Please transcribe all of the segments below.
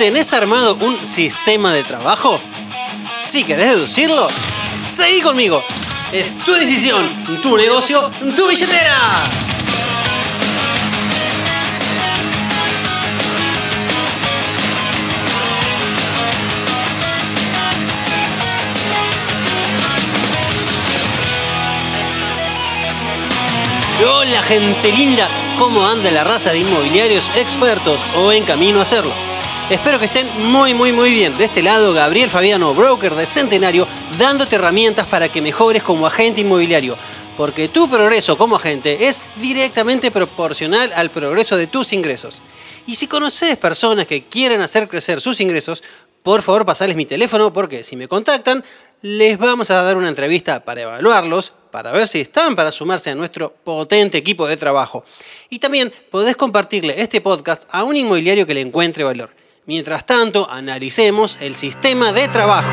¿Tenés armado un sistema de trabajo? Si querés deducirlo, seguí conmigo. Es tu decisión, tu negocio, tu billetera. Hola gente linda, ¿cómo anda la raza de inmobiliarios expertos o en camino a hacerlo? Espero que estén muy bien. De este lado, Gabriel Fabiano, broker de Centenario, dándote herramientas para que mejores como agente inmobiliario. Porque tu progreso como agente es directamente proporcional al progreso de tus ingresos. Y si conoces personas que quieren hacer crecer sus ingresos, por favor pasales mi teléfono porque si me contactan, les vamos a dar una entrevista para evaluarlos, para ver si están para sumarse a nuestro potente equipo de trabajo. Y también podés compartirle este podcast a un inmobiliario que le encuentre valor. Mientras tanto, analicemos el sistema de trabajo.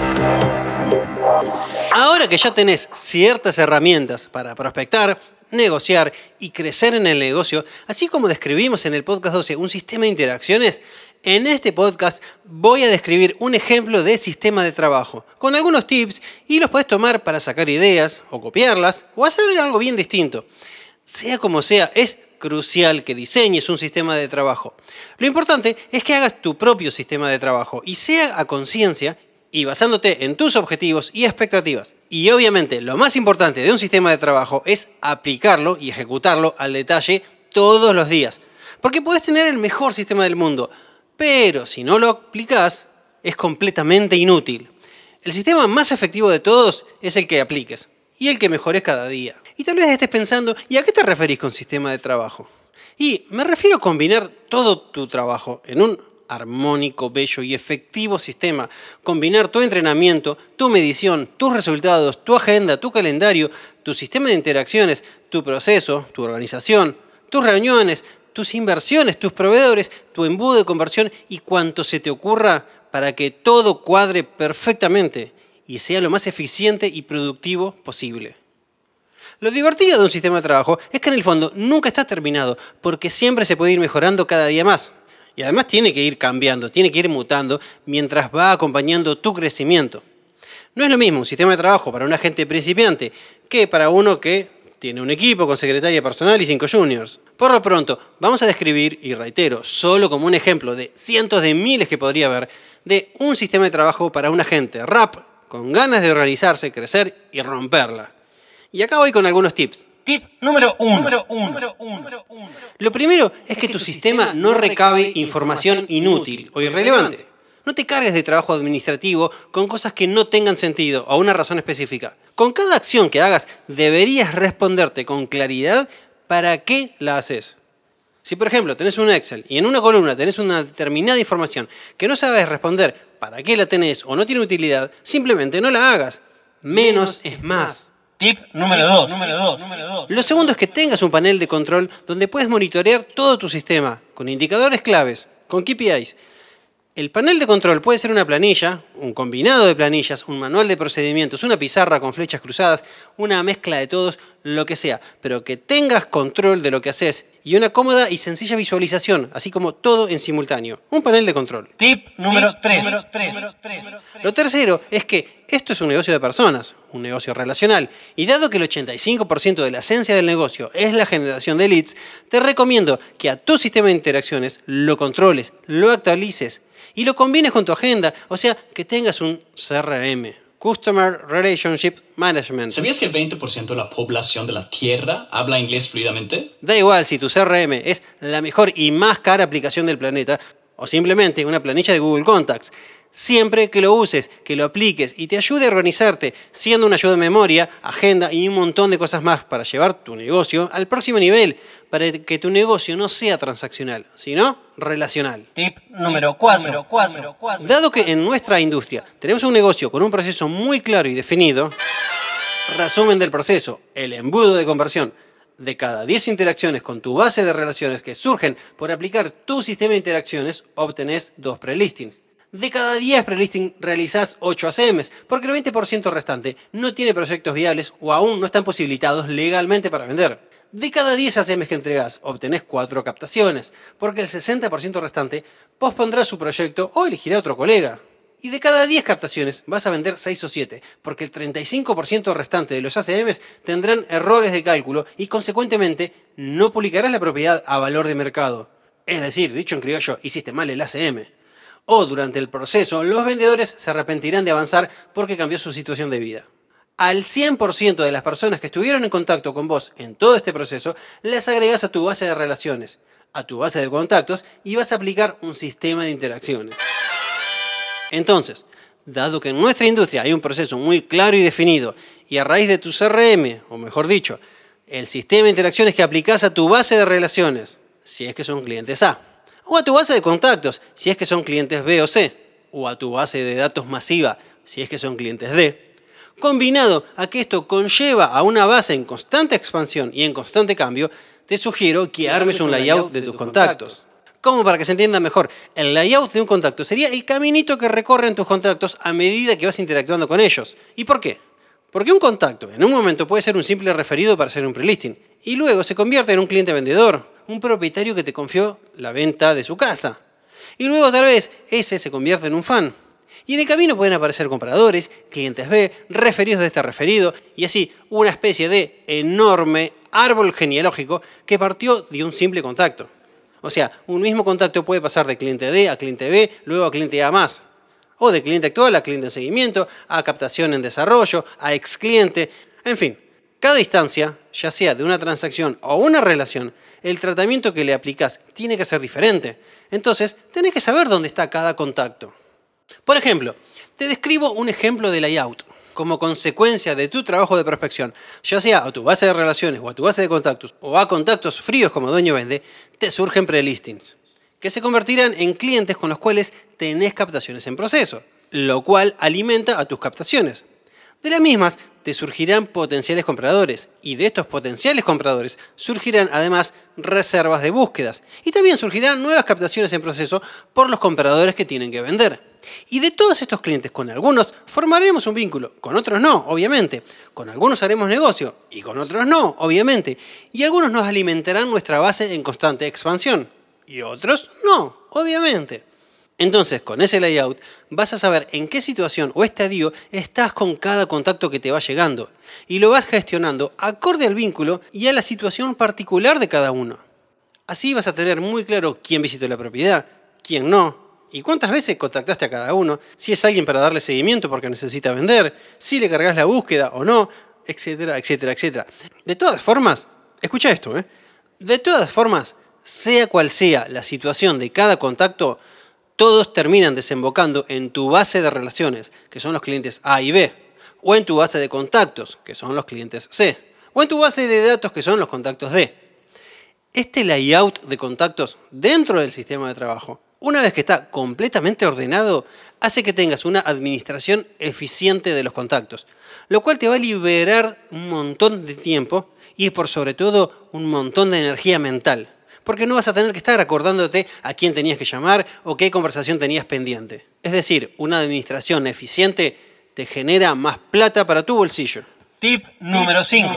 Ahora que ya tenés ciertas herramientas para prospectar, negociar y crecer en el negocio, así como describimos en el podcast 12 un sistema de interacciones, en este podcast voy a describir un ejemplo de sistema de trabajo, con algunos tips y los podés tomar para sacar ideas o copiarlas o hacer algo bien distinto. Sea como sea, es crucial que diseñes un sistema de trabajo. Lo importante es que hagas tu propio sistema de trabajo y sea a conciencia y basándote en tus objetivos y expectativas. Y obviamente lo más importante de un sistema de trabajo es aplicarlo y ejecutarlo al detalle todos los días. Porque podés tener el mejor sistema del mundo, pero si no lo aplicás es completamente inútil. El sistema más efectivo de todos es el que apliques y el que mejores cada día. Y tal vez estés pensando, ¿y a qué te referís con sistema de trabajo? Y me refiero a combinar todo tu trabajo en un armónico, bello y efectivo sistema. Combinar tu entrenamiento, tu medición, tus resultados, tu agenda, tu calendario, tu sistema de interacciones, tu proceso, tu organización, tus reuniones, tus inversiones, tus proveedores, tu embudo de conversión y cuanto se te ocurra para que todo cuadre perfectamente y sea lo más eficiente y productivo posible. Lo divertido de un sistema de trabajo es que en el fondo nunca está terminado porque siempre se puede ir mejorando cada día más. Y además tiene que ir cambiando, tiene que ir mutando mientras va acompañando tu crecimiento. No es lo mismo un sistema de trabajo para un agente principiante que para uno que tiene un equipo con secretaria personal y 5 juniors. Por lo pronto, vamos a describir, y reitero, solo como un ejemplo de cientos de miles que podría haber, de un sistema de trabajo para un agente RAP con ganas de organizarse, crecer y romperla. Y acá voy con algunos tips. Tip número 1. Lo primero es que tu sistema no recabe información inútil o irrelevante. No te cargues de trabajo administrativo con cosas que no tengan sentido o una razón específica. Con cada acción que hagas deberías responderte con claridad para qué la haces. Si por ejemplo tenés un Excel y en una columna tenés una determinada información que no sabes responder para qué la tenés o no tiene utilidad, simplemente no la hagas. Menos es más. Tip número 2. Lo segundo es que tengas un panel de control donde puedes monitorear todo tu sistema, con indicadores claves, con KPIs. El panel de control puede ser una planilla, un combinado de planillas, un manual de procedimientos, una pizarra con flechas cruzadas, una mezcla de todos, lo que sea, pero que tengas control de lo que haces y una cómoda y sencilla visualización, así como todo en simultáneo. Un panel de control. Tip número 3. Lo tercero es que esto es un negocio de personas, un negocio relacional, y dado que el 85% de la esencia del negocio es la generación de leads, te recomiendo que a tu sistema de interacciones lo controles, lo actualices y lo combines con tu agenda, o sea, que tengas un CRM, Customer Relationship Management. ¿Sabías que el 20% de la población de la Tierra habla inglés fluidamente? Da igual si tu CRM es la mejor y más cara aplicación del planeta o simplemente una planilla de Google Contacts. Siempre que lo uses, que lo apliques y te ayude a organizarte, siendo una ayuda de memoria, agenda y un montón de cosas más para llevar tu negocio al próximo nivel, para que tu negocio no sea transaccional, sino relacional. Tip número 4. Dado que en nuestra industria tenemos un negocio con un proceso muy claro y definido, resumen del proceso, el embudo de conversión. De cada 10 interacciones con tu base de relaciones que surgen por aplicar tu sistema de interacciones, obtenés 2 prelistings. De cada 10 prelistings realizás 8 ACMs, porque el 20% restante no tiene proyectos viables o aún no están posibilitados legalmente para vender. De cada 10 ACMs que entregás, obtenés 4 captaciones, porque el 60% restante pospondrá su proyecto o elegirá otro colega. Y de cada 10 captaciones vas a vender 6 o 7, porque el 35% restante de los ACMs tendrán errores de cálculo y consecuentemente no publicarás la propiedad a valor de mercado. Es decir, dicho en criollo, hiciste mal el ACM. O durante el proceso, los vendedores se arrepentirán de avanzar porque cambió su situación de vida. Al 100% de las personas que estuvieron en contacto con vos en todo este proceso, las agregás a tu base de relaciones, a tu base de contactos y vas a aplicar un sistema de interacciones. Entonces, dado que en nuestra industria hay un proceso muy claro y definido y a raíz de tu CRM, o mejor dicho, el sistema de interacciones que aplicás a tu base de relaciones, si es que son clientes A, o a tu base de contactos, si es que son clientes B o C, o a tu base de datos masiva, si es que son clientes D, combinado a que esto conlleva a una base en constante expansión y en constante cambio, te sugiero que armes un layout de tus contactos. Como para que se entienda mejor, el layout de un contacto sería el caminito que recorren tus contactos a medida que vas interactuando con ellos. ¿Y por qué? Porque un contacto en un momento puede ser un simple referido para hacer un prelisting y luego se convierte en un cliente vendedor, un propietario que te confió la venta de su casa. Y luego tal vez ese se convierte en un fan. Y en el camino pueden aparecer compradores, clientes B, referidos de este referido y así una especie de enorme árbol genealógico que partió de un simple contacto. O sea, un mismo contacto puede pasar de cliente D a cliente B, luego a cliente A más. O de cliente actual a cliente en seguimiento, a captación en desarrollo, a ex cliente. En fin, cada instancia, ya sea de una transacción o una relación, el tratamiento que le aplicás tiene que ser diferente. Entonces, tenés que saber dónde está cada contacto. Por ejemplo, te describo un ejemplo de layout. Como consecuencia de tu trabajo de prospección, ya sea a tu base de relaciones o a tu base de contactos o a contactos fríos como dueño vende, te surgen prelistings, que se convertirán en clientes con los cuales tenés captaciones en proceso, lo cual alimenta a tus captaciones. De las mismas te surgirán potenciales compradores y de estos potenciales compradores surgirán además reservas de búsquedas y también surgirán nuevas captaciones en proceso por los compradores que tienen que vender. Y de todos estos clientes, con algunos formaremos un vínculo, con otros no, obviamente. Con algunos haremos negocio y con otros no, obviamente. Y algunos nos alimentarán nuestra base en constante expansión y otros no, obviamente. Entonces, con ese layout vas a saber en qué situación o estadio estás con cada contacto que te va llegando y lo vas gestionando acorde al vínculo y a la situación particular de cada uno. Así vas a tener muy claro quién visitó la propiedad, quién no, y cuántas veces contactaste a cada uno, si es alguien para darle seguimiento porque necesita vender, si le cargas la búsqueda o no, etcétera, etcétera, etcétera. De todas formas, escucha esto, De todas formas, sea cual sea la situación de cada contacto, todos terminan desembocando en tu base de relaciones, que son los clientes A y B, o en tu base de contactos, que son los clientes C, o en tu base de datos, que son los contactos D. Este layout de contactos dentro del sistema de trabajo, una vez que está completamente ordenado, hace que tengas una administración eficiente de los contactos, lo cual te va a liberar un montón de tiempo y por sobre todo un montón de energía mental, porque no vas a tener que estar acordándote a quién tenías que llamar o qué conversación tenías pendiente. Es decir, una administración eficiente te genera más plata para tu bolsillo. Tip número 5.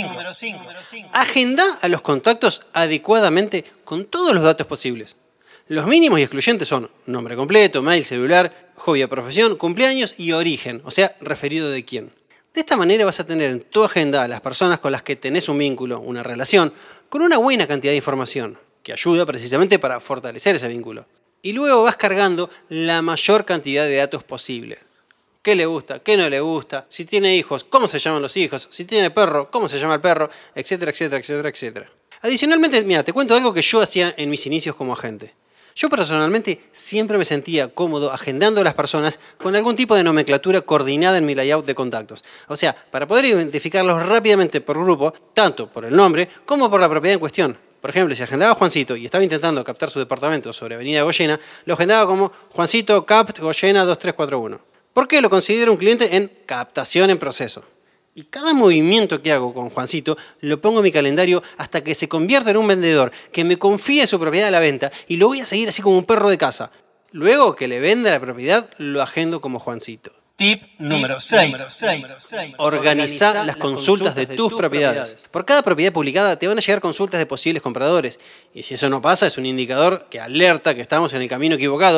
Agenda a los contactos adecuadamente con todos los datos posibles. Los mínimos y excluyentes son nombre completo, mail, celular, hobby o profesión, cumpleaños y origen, o sea, referido de quién. De esta manera vas a tener en tu agenda a las personas con las que tenés un vínculo, una relación, con una buena cantidad de información, que ayuda precisamente para fortalecer ese vínculo. Y luego vas cargando la mayor cantidad de datos posible. ¿Qué le gusta? ¿Qué no le gusta? Si tiene hijos, ¿cómo se llaman los hijos? Si tiene perro, ¿cómo se llama el perro? Etcétera, etcétera, etcétera, etcétera. Adicionalmente, mira, te cuento algo que yo hacía en mis inicios como agente. Yo personalmente siempre me sentía cómodo agendando a las personas con algún tipo de nomenclatura coordinada en mi layout de contactos. O sea, para poder identificarlos rápidamente por grupo, tanto por el nombre como por la propiedad en cuestión. Por ejemplo, si agendaba a Juancito y estaba intentando captar su departamento sobre Avenida Goyena, lo agendaba como Juancito Capt Goyena 2341. Porque lo considero un cliente en captación en proceso. Y cada movimiento que hago con Juancito lo pongo en mi calendario hasta que se convierta en un vendedor que me confíe su propiedad a la venta y lo voy a seguir así como un perro de casa. Luego que le venda la propiedad, lo agendo como Juancito. Tip número 6. Organiza las consultas de tus propiedades. Por cada propiedad publicada te van a llegar consultas de posibles compradores. Y si eso no pasa, es un indicador que alerta que estamos en el camino equivocado.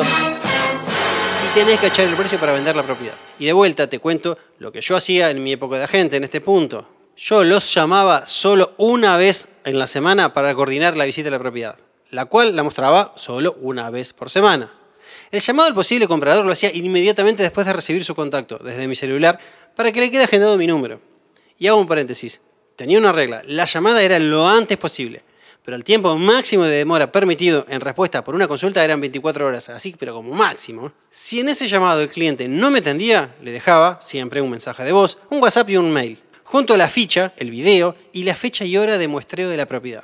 Y tenés que echar el precio para vender la propiedad. Y de vuelta te cuento lo que yo hacía en mi época de agente en este punto. Yo los llamaba solo una vez en la semana para coordinar la visita a la propiedad, la cual la mostraba solo una vez por semana. El llamado al posible comprador lo hacía inmediatamente después de recibir su contacto, desde mi celular, para que le quede agendado mi número. Y hago un paréntesis. Tenía una regla. La llamada era lo antes posible, pero el tiempo máximo de demora permitido en respuesta por una consulta eran 24 horas, así pero como máximo. Si en ese llamado el cliente no me atendía, le dejaba siempre un mensaje de voz, un WhatsApp y un mail, junto a la ficha, el video y la fecha y hora de muestreo de la propiedad.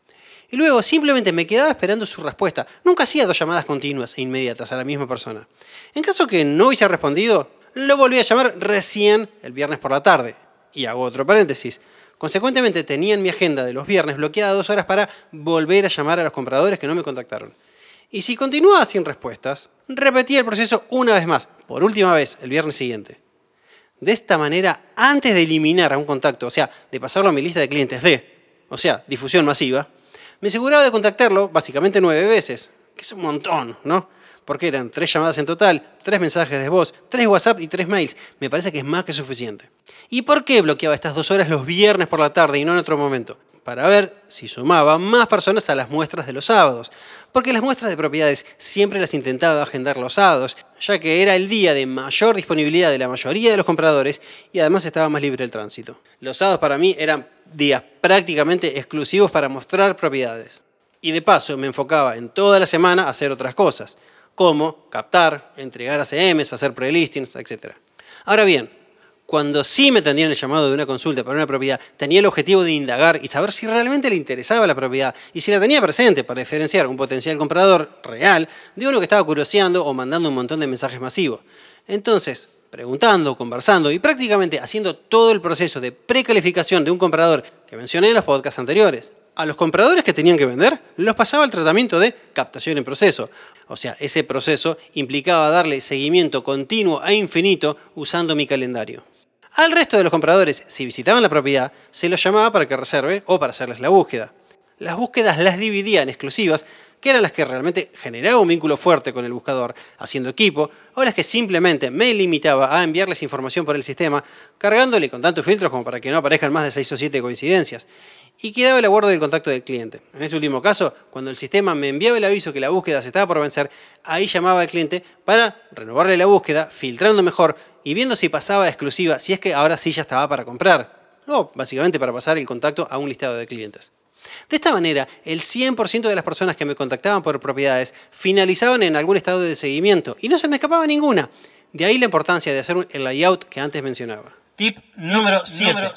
Y luego simplemente me quedaba esperando su respuesta. Nunca hacía 2 llamadas continuas e inmediatas a la misma persona. En caso que no hubiese respondido, lo volví a llamar recién el viernes por la tarde. Y hago otro paréntesis. Consecuentemente tenía en mi agenda de los viernes bloqueada 2 horas para volver a llamar a los compradores que no me contactaron. Y si continuaba sin respuestas, repetía el proceso una vez más, por última vez, el viernes siguiente. De esta manera, antes de eliminar a un contacto, o sea, de pasarlo a mi lista de clientes difusión masiva, me aseguraba de contactarlo básicamente 9 veces, que es un montón, ¿no? Porque eran 3 llamadas en total, 3 mensajes de voz, 3 WhatsApp y 3 mails. Me parece que es más que suficiente. ¿Y por qué bloqueaba estas 2 horas los viernes por la tarde y no en otro momento? Para ver si sumaba más personas a las muestras de los sábados. Porque las muestras de propiedades siempre las intentaba agendar los sábados, ya que era el día de mayor disponibilidad de la mayoría de los compradores y además estaba más libre el tránsito. Los sábados para mí eran días prácticamente exclusivos para mostrar propiedades. Y de paso me enfocaba en toda la semana a hacer otras cosas, como captar, entregar ACMs, hacer prelistings, etc. Ahora bien, cuando sí me atendían el llamado de una consulta para una propiedad, tenía el objetivo de indagar y saber si realmente le interesaba la propiedad y si la tenía presente para diferenciar un potencial comprador real de uno que estaba curioseando o mandando un montón de mensajes masivos. Entonces, preguntando, conversando y prácticamente haciendo todo el proceso de precalificación de un comprador que mencioné en los podcasts anteriores. A los compradores que tenían que vender los pasaba al tratamiento de captación en proceso. O sea, ese proceso implicaba darle seguimiento continuo e infinito usando mi calendario. Al resto de los compradores, si visitaban la propiedad, se los llamaba para que reserve o para hacerles la búsqueda. Las búsquedas las dividía en exclusivas, que eran las que realmente generaban un vínculo fuerte con el buscador, haciendo equipo, o las que simplemente me limitaba a enviarles información por el sistema, cargándole con tantos filtros como para que no aparezcan más de 6 o 7 coincidencias. Y quedaba el acuerdo del contacto del cliente. En este último caso, cuando el sistema me enviaba el aviso que la búsqueda se estaba por vencer, ahí llamaba al cliente para renovarle la búsqueda, filtrando mejor y viendo si pasaba a exclusiva, si es que ahora sí ya estaba para comprar. O básicamente para pasar el contacto a un listado de clientes. De esta manera, el 100% de las personas que me contactaban por propiedades finalizaban en algún estado de seguimiento y no se me escapaba ninguna. De ahí la importancia de hacer el layout que antes mencionaba. Tip número 7.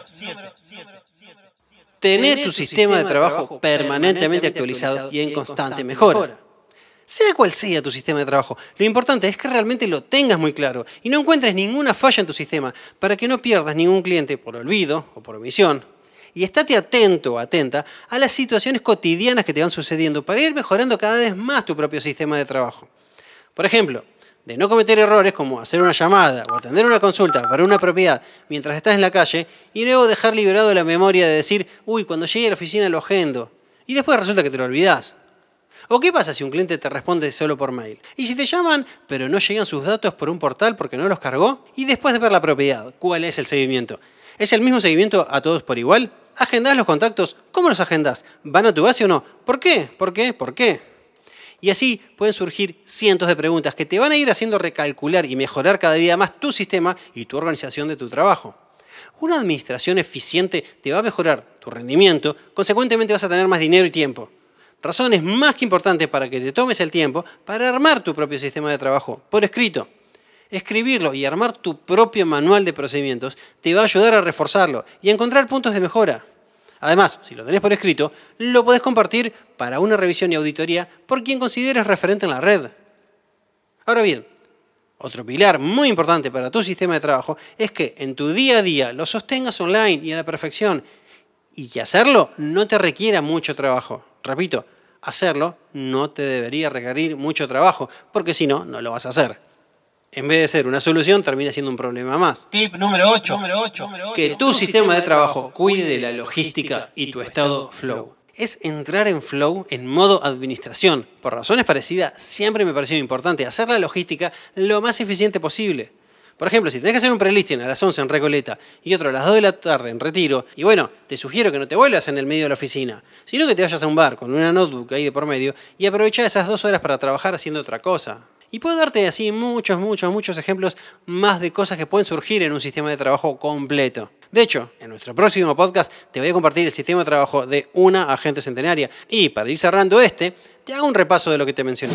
Tener tu sistema de trabajo permanentemente actualizado y en constante mejora. Sea cual sea tu sistema de trabajo, lo importante es que realmente lo tengas muy claro y no encuentres ninguna falla en tu sistema para que no pierdas ningún cliente por olvido o por omisión. Y estate atento o atenta a las situaciones cotidianas que te van sucediendo para ir mejorando cada vez más tu propio sistema de trabajo. Por ejemplo, de no cometer errores como hacer una llamada o atender una consulta para una propiedad mientras estás en la calle y luego dejar liberado la memoria de decir, cuando llegue a la oficina lo agendo, y después resulta que te lo olvidás. ¿O qué pasa si un cliente te responde solo por mail? ¿Y si te llaman pero no llegan sus datos por un portal porque no los cargó? Y después de ver la propiedad, ¿cuál es el seguimiento? ¿Es el mismo seguimiento a todos por igual? ¿Agendás los contactos? ¿Cómo los agendás? ¿Van a tu base o no? ¿Por qué? ¿Por qué? ¿Por qué? Y así pueden surgir cientos de preguntas que te van a ir haciendo recalcular y mejorar cada día más tu sistema y tu organización de tu trabajo. Una administración eficiente te va a mejorar tu rendimiento, consecuentemente vas a tener más dinero y tiempo. Razones más que importantes para que te tomes el tiempo para armar tu propio sistema de trabajo por escrito. Escribirlo y armar tu propio manual de procedimientos te va a ayudar a reforzarlo y a encontrar puntos de mejora. Además, si lo tenés por escrito, lo podés compartir para una revisión y auditoría por quien consideres referente en la red. Ahora bien, otro pilar muy importante para tu sistema de trabajo es que en tu día a día lo sostengas online y a la perfección y que hacerlo no te requiera mucho trabajo. Repito, hacerlo no te debería requerir mucho trabajo porque si no, no lo vas a hacer. En vez de ser una solución, termina siendo un problema más. Tip número 8. Que tu sistema de trabajo cuide de la logística y tu estado flow. Es entrar en flow en modo administración. Por razones parecidas, siempre me pareció importante hacer la logística lo más eficiente posible. Por ejemplo, si tenés que hacer un prelisting a las 11 en Recoleta y otro a las 2 de la tarde en Retiro, y bueno, te sugiero que no te vuelvas en el medio de la oficina, sino que te vayas a un bar con una notebook ahí de por medio y aprovechá esas 2 horas para trabajar haciendo otra cosa. Y puedo darte así muchos ejemplos más de cosas que pueden surgir en un sistema de trabajo completo. De hecho, en nuestro próximo podcast te voy a compartir el sistema de trabajo de una agente centenaria. Y para ir cerrando te hago un repaso de lo que te mencioné.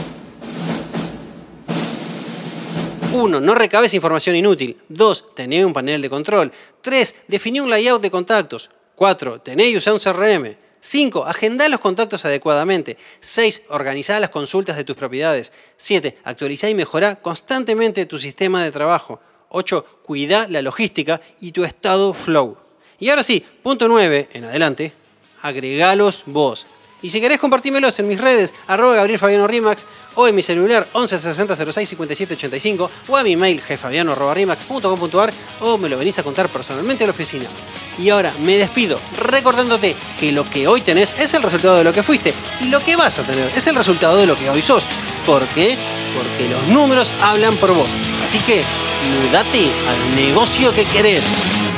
1. No recabes información inútil. 2. Tené un panel de control. 3. Definí un layout de contactos. 4. Tené y usá un CRM. 5. Agendá los contactos adecuadamente. 6. Organizá las consultas de tus propiedades. 7. Actualizá y mejorá constantemente tu sistema de trabajo. 8. Cuidá la logística y tu estado flow. Y ahora sí, punto 9 en adelante, agregalos vos. Y si querés compartímelos en mis redes, @GabrielFabianoRimax, o en mi celular 11 60 06 57 85, o a mi mail gfabiano@rimax.com.ar, o me lo venís a contar personalmente a la oficina. Y ahora me despido recordándote que lo que hoy tenés es el resultado de lo que fuiste, y lo que vas a tener es el resultado de lo que hoy sos. ¿Por qué? Porque los números hablan por vos. Así que, mudate al negocio que querés.